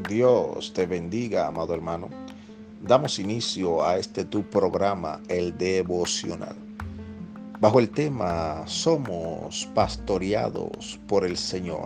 Dios te bendiga, amado hermano. Damos inicio a este tu programa, el devocional, bajo el tema Somos pastoreados por el Señor.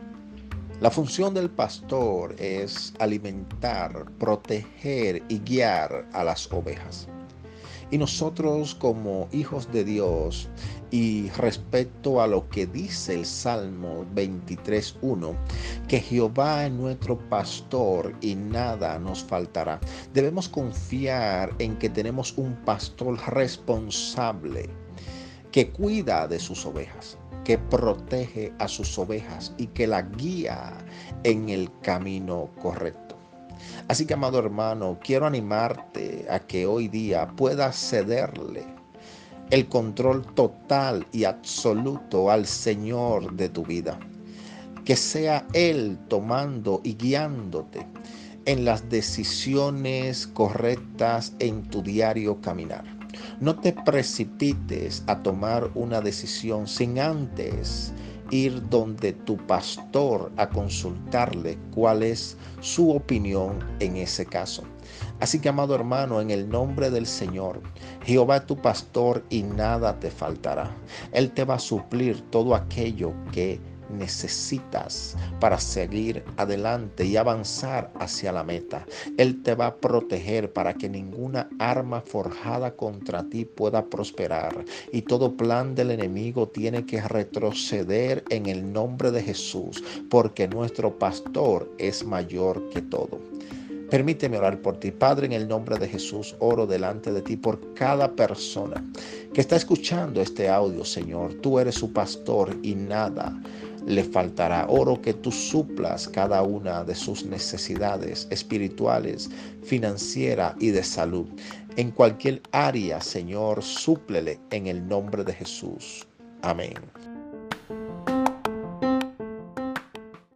La función del pastor es alimentar, proteger y guiar a las ovejas. Y nosotros como hijos de Dios y respecto a lo que dice el Salmo 23:1, que Jehová es nuestro pastor y nada nos faltará, debemos confiar en que tenemos un pastor responsable que cuida de sus ovejas, que protege a sus ovejas y que la guía en el camino correcto. Así que, amado hermano, quiero animarte a que hoy día puedas cederle el control total y absoluto al Señor de tu vida. Que sea Él tomando y guiándote en las decisiones correctas en tu diario caminar. No te precipites a tomar una decisión sin antes ir donde tu pastor a consultarle cuál es su opinión en ese caso. Así que, amado hermano, en el nombre del Señor, Jehová es tu pastor y nada te faltará. Él te va a suplir todo aquello que necesitas para seguir adelante y avanzar hacia la meta. Él te va a proteger para que ninguna arma forjada contra ti pueda prosperar y todo plan del enemigo tiene que retroceder en el nombre de Jesús, porque nuestro pastor es mayor que todo. Permíteme orar por ti. Padre, en el nombre de Jesús, oro delante de ti por cada persona que está escuchando este audio, Señor. Tú eres su pastor y nada le faltará. Oro que tú suplas cada una de sus necesidades espirituales, financiera y de salud. En cualquier área, Señor, súplele en el nombre de Jesús. Amén.